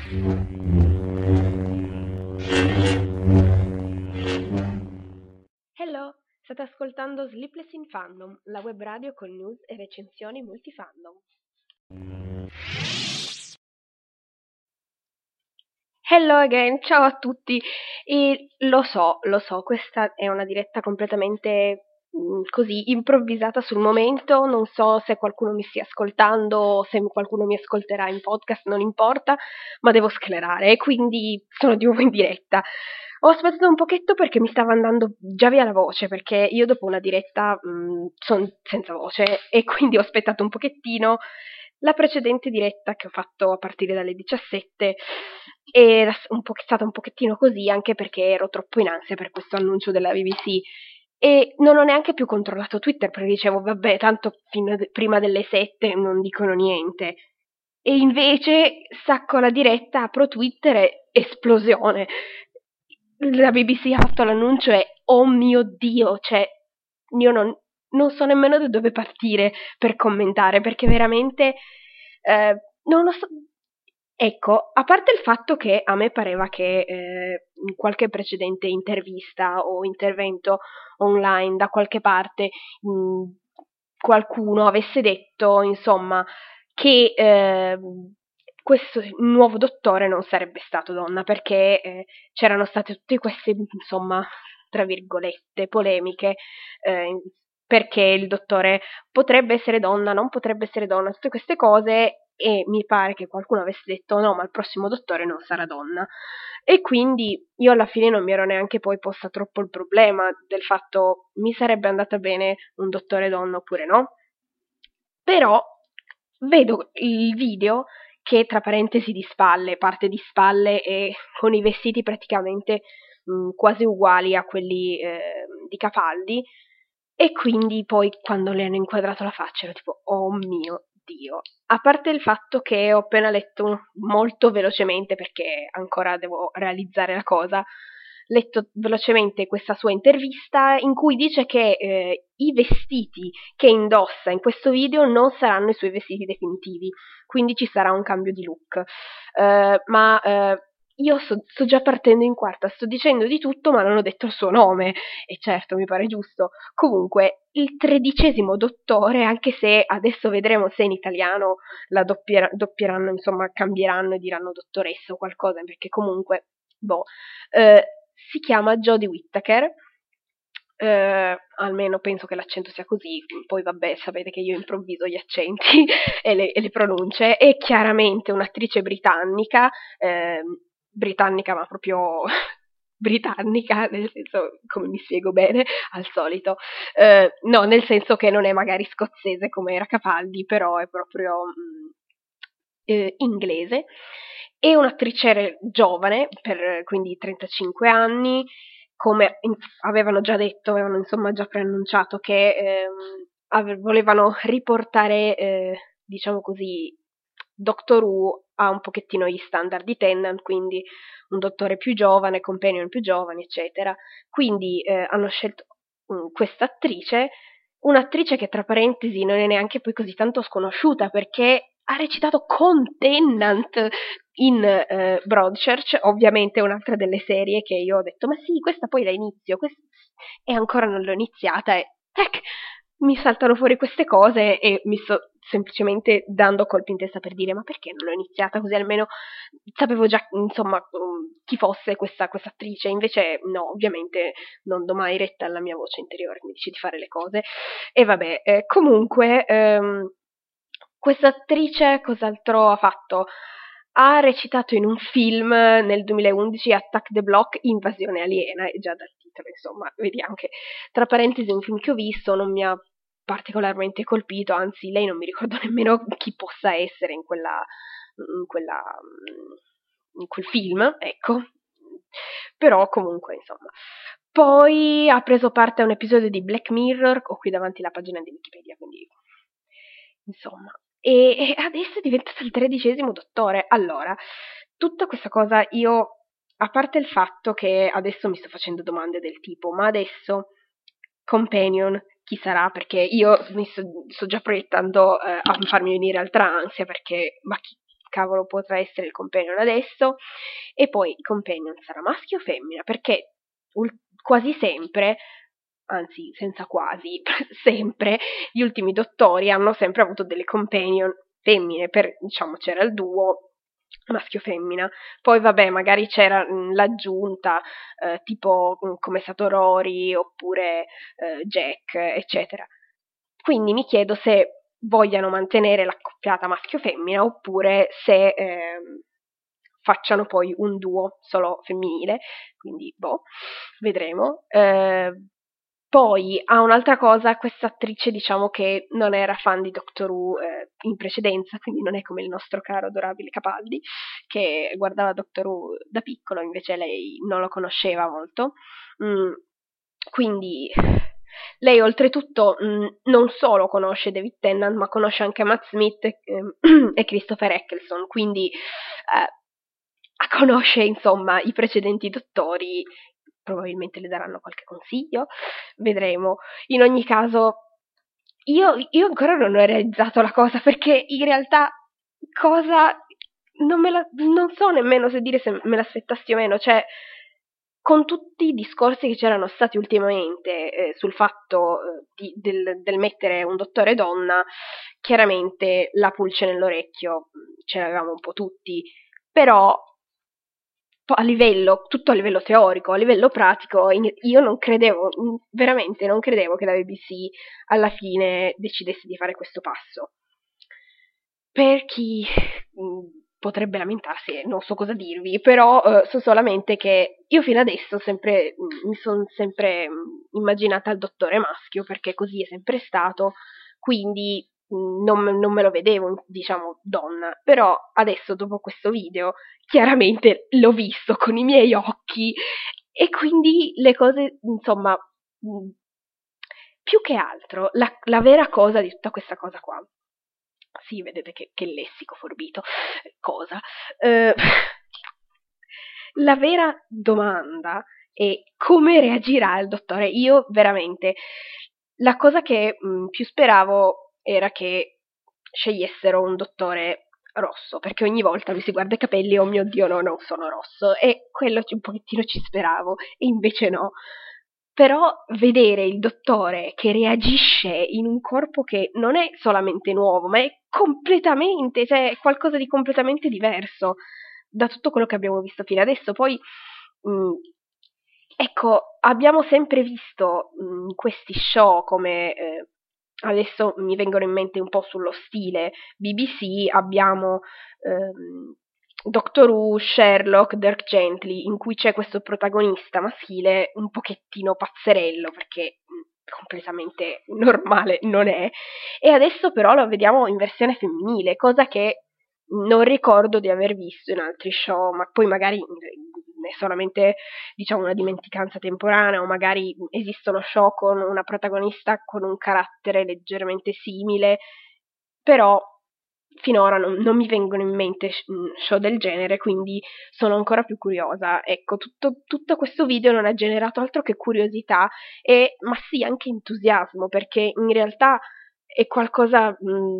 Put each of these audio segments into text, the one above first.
Hello, state ascoltando Sleepless in Fandom, la web radio con news e recensioni multifandom. Hello again, ciao a tutti. E lo so, questa è una diretta completamente così improvvisata sul momento, non so se qualcuno mi stia ascoltando o se qualcuno mi ascolterà in podcast, non importa, ma devo sclerare e quindi sono di nuovo in diretta. Ho aspettato un pochetto perché mi stava andando già via la voce, perché io dopo una diretta sono senza voce e quindi ho aspettato un pochettino. La precedente diretta che ho fatto a partire dalle 17 era stata un pochettino così, anche perché ero troppo in ansia per questo annuncio della BBC e non ho neanche più controllato Twitter perché dicevo vabbè, tanto prima delle 7 non dicono niente. E invece stacco la diretta, apro Twitter e esplosione. La BBC ha fatto l'annuncio e oh mio Dio, cioè io non so nemmeno da dove partire per commentare perché veramente non lo so. Ecco, a parte il fatto che a me pareva che in qualche precedente intervista o intervento online da qualche parte qualcuno avesse detto, insomma, che questo nuovo dottore non sarebbe stato donna perché c'erano state tutte queste, insomma, tra virgolette, polemiche perché il dottore potrebbe essere donna, non potrebbe essere donna, tutte queste cose e mi pare che qualcuno avesse detto no, ma il prossimo dottore non sarà donna. E quindi io alla fine non mi ero neanche poi posta troppo il problema del fatto mi sarebbe andata bene un dottore donna oppure no. Però vedo il video che tra parentesi di spalle, parte di spalle e con i vestiti praticamente quasi uguali a quelli di Capaldi e quindi poi quando le hanno inquadrato la faccia ero tipo oh mio Dio. A parte il fatto che ho appena letto molto velocemente perché ancora devo realizzare la cosa, letto velocemente questa sua intervista in cui dice che i vestiti che indossa in questo video non saranno i suoi vestiti definitivi, quindi ci sarà un cambio di look. Ma io sto già partendo in quarta, sto dicendo di tutto ma non ho detto il suo nome, e certo mi pare giusto. Comunque, il 13° dottore, anche se adesso vedremo se in italiano la doppieranno, insomma cambieranno e diranno dottoressa o qualcosa, perché comunque, boh, si chiama Jodie Whittaker. Almeno penso che l'accento sia così, poi vabbè, sapete che io improvviso gli accenti e le pronunce, è chiaramente un'attrice britannica ma proprio britannica, nel senso, come mi spiego bene, al solito, no, nel senso che non è magari scozzese come era Capaldi, però è proprio inglese, è un'attrice giovane, quindi 35 anni, come avevano già detto, avevano insomma già preannunciato che volevano riportare, diciamo così, Doctor Who a un pochettino gli standard di Tennant, quindi un dottore più giovane, companion più giovane, eccetera. Quindi hanno scelto questa attrice, un'attrice che tra parentesi non è neanche poi così tanto sconosciuta perché ha recitato con Tennant in Broadchurch, ovviamente un'altra delle serie che io ho detto ma sì, questa poi la inizio, e ancora non l'ho iniziata e tac, mi saltano fuori queste cose e mi sto semplicemente dando colpi in testa per dire ma perché non l'ho iniziata, così almeno sapevo già insomma chi fosse questa attrice, invece no, ovviamente non do mai retta alla mia voce interiore, mi dice di fare le cose e vabbè, comunque questa attrice cos'altro ha fatto? Ha recitato in un film nel 2011, Attack the Block, Invasione aliena, e già dal titolo, insomma, vediamo che, tra parentesi, un film che ho visto non mi ha particolarmente colpito, anzi, lei non mi ricordo nemmeno chi possa essere in quella, in quel film, ecco. Però comunque, insomma. Poi ha preso parte a un episodio di Black Mirror, ho qui davanti la pagina di Wikipedia, quindi insomma. E adesso è diventato il 13° dottore. Allora, tutta questa cosa io, a parte il fatto che adesso mi sto facendo domande del tipo, ma adesso Companion chi sarà? Perché io sto già proiettando a farmi venire altra ansia perché, ma cavolo potrà essere il companion adesso, e poi il companion sarà maschio o femmina, perché quasi sempre, anzi senza quasi, sempre, gli ultimi dottori hanno sempre avuto delle companion femmine, diciamo c'era il duo maschio-femmina, poi vabbè magari c'era l'aggiunta tipo come è stato Rory oppure Jack eccetera, quindi mi chiedo se vogliano mantenere l'accoppiata maschio-femmina oppure se facciano poi un duo solo femminile, quindi boh, vedremo. Poi ha un'altra cosa, questa attrice diciamo che non era fan di Doctor Who in precedenza, quindi non è come il nostro caro adorabile Capaldi che guardava Doctor Who da piccolo, invece lei non lo conosceva molto. Quindi lei oltretutto non solo conosce David Tennant, ma conosce anche Matt Smith e Christopher Eccleston, quindi conosce insomma i precedenti dottori, probabilmente le daranno qualche consiglio, vedremo. In ogni caso, io ancora non ho realizzato la cosa, perché in realtà cosa non so nemmeno se dire se me l'aspettassi o meno, cioè con tutti i discorsi che c'erano stati ultimamente sul fatto del mettere un dottore donna, chiaramente la pulce nell'orecchio ce l'avevamo un po' tutti, però tutto a livello teorico, a livello pratico, io non credevo, veramente non credevo che la BBC alla fine decidesse di fare questo passo. Per chi potrebbe lamentarsi, non so cosa dirvi, però so solamente che io fino adesso mi sono sempre immaginata il dottore maschio, perché così è sempre stato, quindi non me lo vedevo, diciamo, donna, però adesso dopo questo video chiaramente l'ho visto con i miei occhi e quindi le cose, insomma, più che altro, la vera cosa di tutta questa cosa qua, sì, vedete che lessico forbito, cosa, la vera domanda è come reagirà il dottore. Io veramente, la cosa che più speravo era che scegliessero un dottore rosso, perché ogni volta lui si guarda i capelli e oh mio Dio no, non sono rosso, e quello un pochettino ci speravo, e invece no. Però vedere il dottore che reagisce in un corpo che non è solamente nuovo, ma è completamente, cioè è qualcosa di completamente diverso da tutto quello che abbiamo visto fino adesso. Poi, ecco, abbiamo sempre visto questi show come adesso mi vengono in mente un po' sullo stile BBC, abbiamo Doctor Who, Sherlock, Dirk Gently, in cui c'è questo protagonista maschile un pochettino pazzerello, perché completamente normale non è, e adesso però lo vediamo in versione femminile, cosa che non ricordo di aver visto in altri show, ma poi magari è solamente, diciamo, una dimenticanza temporanea, o magari esistono show con una protagonista con un carattere leggermente simile, però finora non mi vengono in mente show del genere, quindi sono ancora più curiosa. Ecco, tutto questo video non ha generato altro che curiosità ma sì, anche entusiasmo, perché in realtà è qualcosa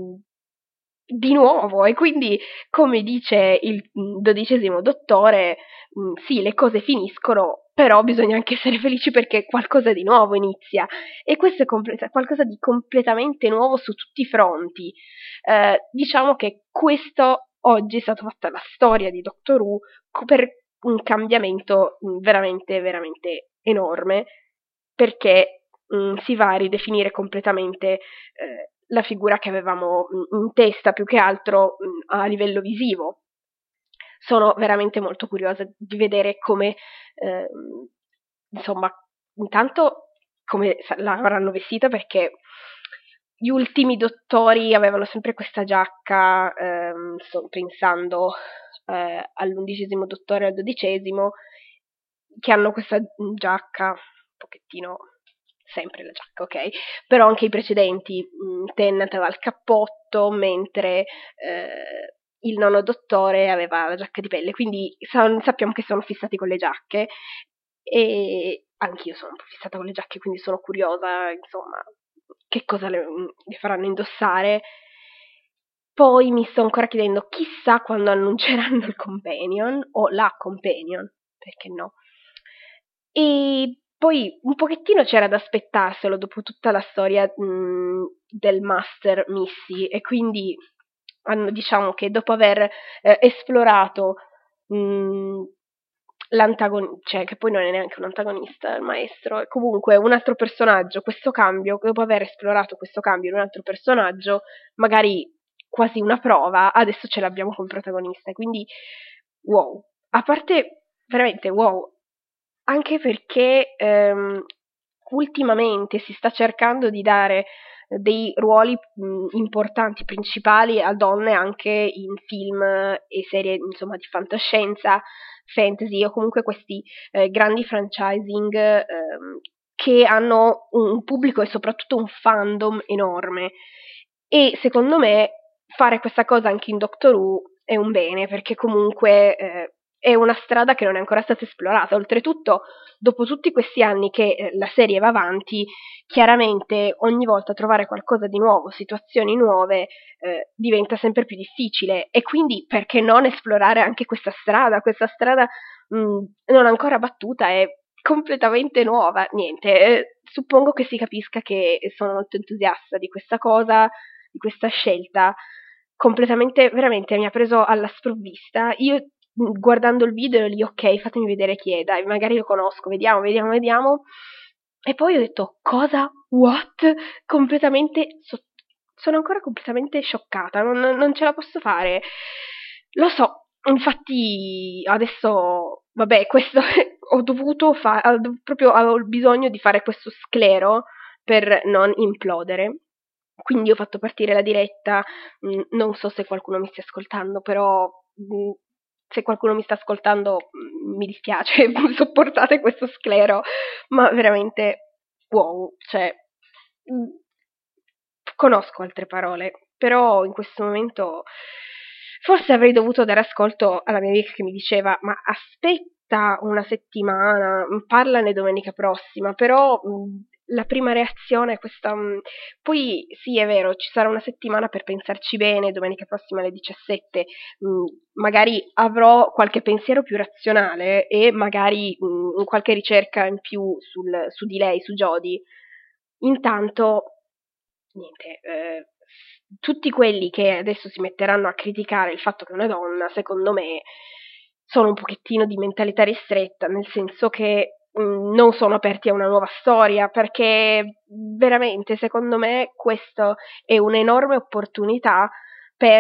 di nuovo, e quindi, come dice il 12° dottore, sì, le cose finiscono, però bisogna anche essere felici perché qualcosa di nuovo inizia, e questo è qualcosa di completamente nuovo su tutti i fronti. Diciamo che questo oggi è stata fatta la storia di Doctor Who per un cambiamento veramente, veramente enorme, perché si va a ridefinire completamente la figura che avevamo in testa, più che altro a livello visivo. Sono veramente molto curiosa di vedere come, insomma, intanto come l'avranno vestita, perché gli ultimi dottori avevano sempre questa giacca, sto pensando all'11° dottore e al 12°, che hanno questa giacca un pochettino, sempre la giacca, ok? Però anche i precedenti, Tennant aveva il cappotto, mentre il nono dottore aveva la giacca di pelle, quindi sappiamo che sono fissati con le giacche, e anch'io sono un po' fissata con le giacche, quindi sono curiosa, insomma, che cosa le faranno indossare. poi mi sto ancora chiedendo chissà quando annunceranno il companion o la companion, perché no. E poi un pochettino c'era da aspettarselo dopo tutta la storia del Master Missy, e quindi diciamo che dopo aver esplorato l'antagonista, cioè che poi non è neanche un antagonista, il maestro, è comunque un altro personaggio, questo cambio, dopo aver esplorato questo cambio in un altro personaggio, magari quasi una prova, adesso ce l'abbiamo come protagonista, quindi wow, a parte veramente wow, anche perché ultimamente si sta cercando di dare dei ruoli importanti, principali a donne anche in film e serie, insomma, di fantascienza, fantasy o comunque questi grandi franchising che hanno un pubblico e soprattutto un fandom enorme. E secondo me fare questa cosa anche in Doctor Who è un bene, perché comunque è una strada che non è ancora stata esplorata. Oltretutto, dopo tutti questi anni che la serie va avanti, chiaramente ogni volta trovare qualcosa di nuovo, situazioni nuove, diventa sempre più difficile, e quindi perché non esplorare anche questa strada? Questa strada non ancora battuta, è completamente nuova. Niente, suppongo che si capisca che sono molto entusiasta di questa cosa, di questa scelta. Completamente, veramente mi ha preso alla sprovvista. Io guardando il video ero lì, ok, fatemi vedere chi è, dai, magari lo conosco, vediamo. E poi ho detto, cosa? What? Completamente, sono ancora completamente scioccata, non ce la posso fare. Lo so, infatti adesso, vabbè, questo ho dovuto fare, proprio avevo bisogno di fare questo sclero per non implodere. Quindi ho fatto partire la diretta, non so se qualcuno mi stia ascoltando, però se qualcuno mi sta ascoltando mi dispiace, sopportate questo sclero, ma veramente wow, cioè conosco altre parole, però in questo momento forse avrei dovuto dare ascolto alla mia amica che mi diceva ma aspetta una settimana, parlane domenica prossima, però la prima reazione è questa. Poi sì, è vero, ci sarà una settimana per pensarci bene, domenica prossima alle 17, magari avrò qualche pensiero più razionale e magari qualche ricerca in più su di lei, su Jodie. Intanto, niente, tutti quelli che adesso si metteranno a criticare il fatto che è una donna, secondo me, sono un pochettino di mentalità ristretta, nel senso che non sono aperti a una nuova storia, perché veramente, secondo me, questa è un'enorme opportunità per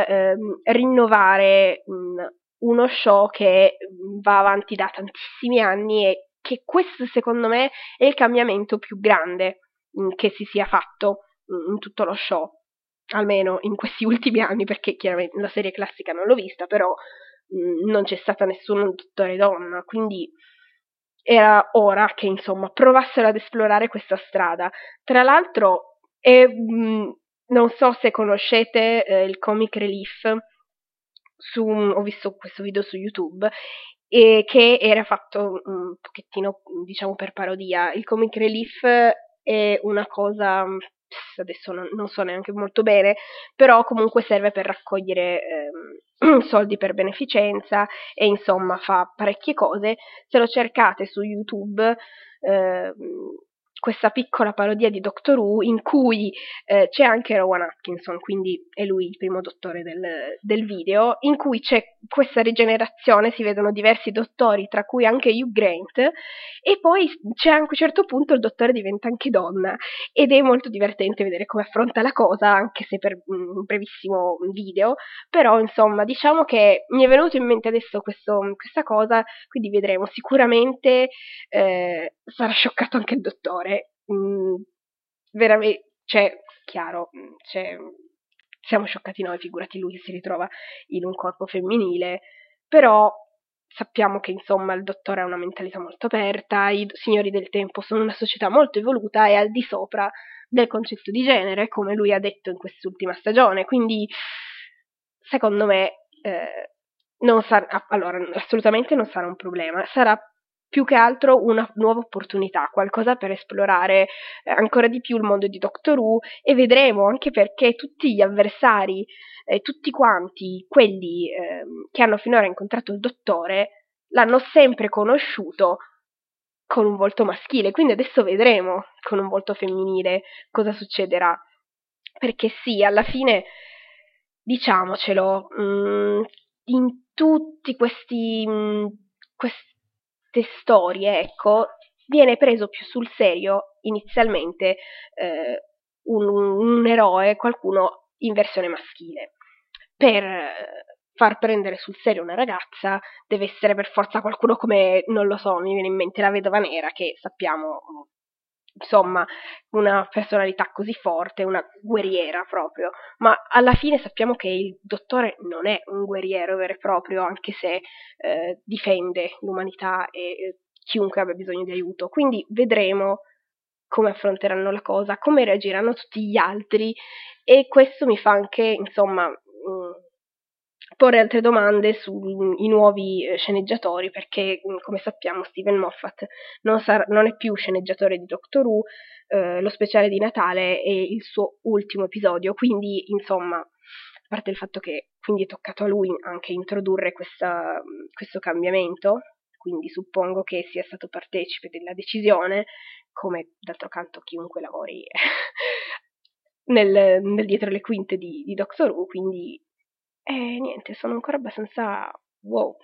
rinnovare uno show che va avanti da tantissimi anni, e che questo, secondo me, è il cambiamento più grande che si sia fatto in tutto lo show, almeno in questi ultimi anni, perché chiaramente la serie classica non l'ho vista, però non c'è stata nessun dottore donna, quindi era ora che insomma provassero ad esplorare questa strada. Tra l'altro non so se conoscete il Comic Relief, ho visto questo video su YouTube, che era fatto un pochettino, diciamo, per parodia. Il Comic Relief è una cosa, adesso non so neanche molto bene, però comunque serve per raccogliere soldi per beneficenza, e insomma fa parecchie cose. Se lo cercate su YouTube, questa piccola parodia di Doctor Who in cui c'è anche Rowan Atkinson, quindi è lui il primo dottore del video, in cui c'è questa rigenerazione, si vedono diversi dottori, tra cui anche Hugh Grant, e poi c'è anche a un certo punto il dottore diventa anche donna, ed è molto divertente vedere come affronta la cosa, anche se per un brevissimo video, però insomma diciamo che mi è venuto in mente adesso questa cosa, quindi vedremo. Sicuramente sarà scioccato anche il dottore. Veramente, cioè, chiaro, siamo scioccati noi, figurati lui che si ritrova in un corpo femminile, però sappiamo che insomma il dottore ha una mentalità molto aperta, i signori del tempo sono una società molto evoluta e al di sopra del concetto di genere, come lui ha detto in quest'ultima stagione, quindi secondo me non sarà, allora, assolutamente non sarà un problema, sarà più che altro una nuova opportunità, qualcosa per esplorare ancora di più il mondo di Doctor Who, e vedremo anche perché tutti gli avversari, tutti quanti quelli che hanno finora incontrato il dottore, l'hanno sempre conosciuto con un volto maschile, quindi adesso vedremo con un volto femminile cosa succederà. Perché sì, alla fine, diciamocelo, in tutti queste storie, ecco, viene preso più sul serio inizialmente un eroe, qualcuno in versione maschile. Per far prendere sul serio una ragazza deve essere per forza qualcuno come, non lo so, mi viene in mente la Vedova Nera, che sappiamo, insomma, una personalità così forte, una guerriera proprio, ma alla fine sappiamo che il dottore non è un guerriero vero e proprio, anche se difende l'umanità e chiunque abbia bisogno di aiuto, quindi vedremo come affronteranno la cosa, come reagiranno tutti gli altri, e questo mi fa anche, insomma, porre altre domande sui nuovi sceneggiatori, perché come sappiamo Steven Moffat non è più sceneggiatore di Doctor Who, lo speciale di Natale è il suo ultimo episodio, quindi insomma, a parte il fatto che quindi è toccato a lui anche introdurre questo cambiamento, quindi suppongo che sia stato partecipe della decisione, come d'altro canto chiunque lavori nel dietro le quinte di Doctor Who, quindi niente, sono ancora abbastanza wow.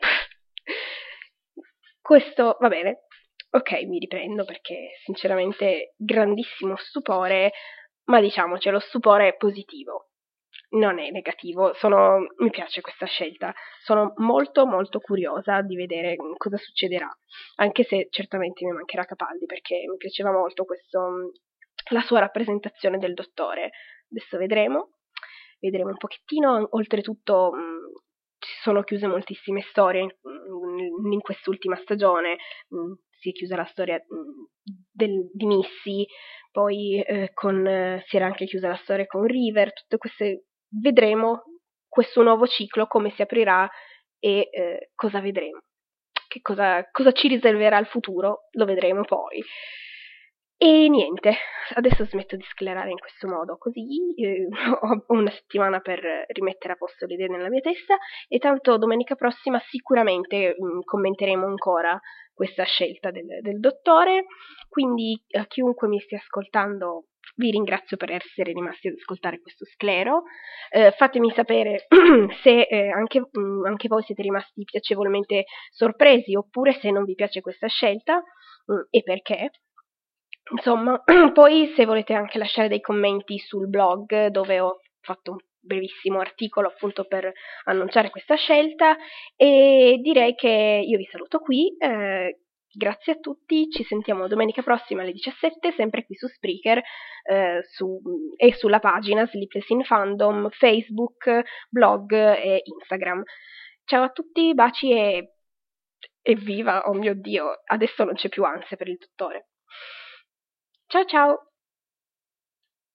Questo va bene. Ok, mi riprendo perché sinceramente grandissimo stupore, ma diciamoci, lo stupore è positivo, non è negativo. Mi piace questa scelta, sono molto molto curiosa di vedere cosa succederà, anche se certamente mi mancherà Capaldi perché mi piaceva molto la sua rappresentazione del dottore. Adesso vedremo un pochettino, oltretutto si sono chiuse moltissime storie in quest'ultima stagione, si è chiusa la storia di Missy, poi si era anche chiusa la storia con River, tutte queste, vedremo questo nuovo ciclo come si aprirà e cosa vedremo, che cosa ci riserverà il futuro, lo vedremo poi. E niente, adesso smetto di sclerare in questo modo, così ho una settimana per rimettere a posto le idee nella mia testa, e tanto domenica prossima sicuramente commenteremo ancora questa scelta del dottore, quindi a chiunque mi stia ascoltando vi ringrazio per essere rimasti ad ascoltare questo sclero, fatemi sapere se anche voi siete rimasti piacevolmente sorpresi, oppure se non vi piace questa scelta e perché. Insomma, poi se volete anche lasciare dei commenti sul blog dove ho fatto un brevissimo articolo appunto per annunciare questa scelta, e direi che io vi saluto qui, grazie a tutti, ci sentiamo domenica prossima alle 17 sempre qui su Spreaker e sulla pagina Sleepless in Fandom, Facebook, blog e Instagram. Ciao a tutti, baci e evviva, oh mio Dio, adesso non c'è più ansia per il dottore. Ciao ciao!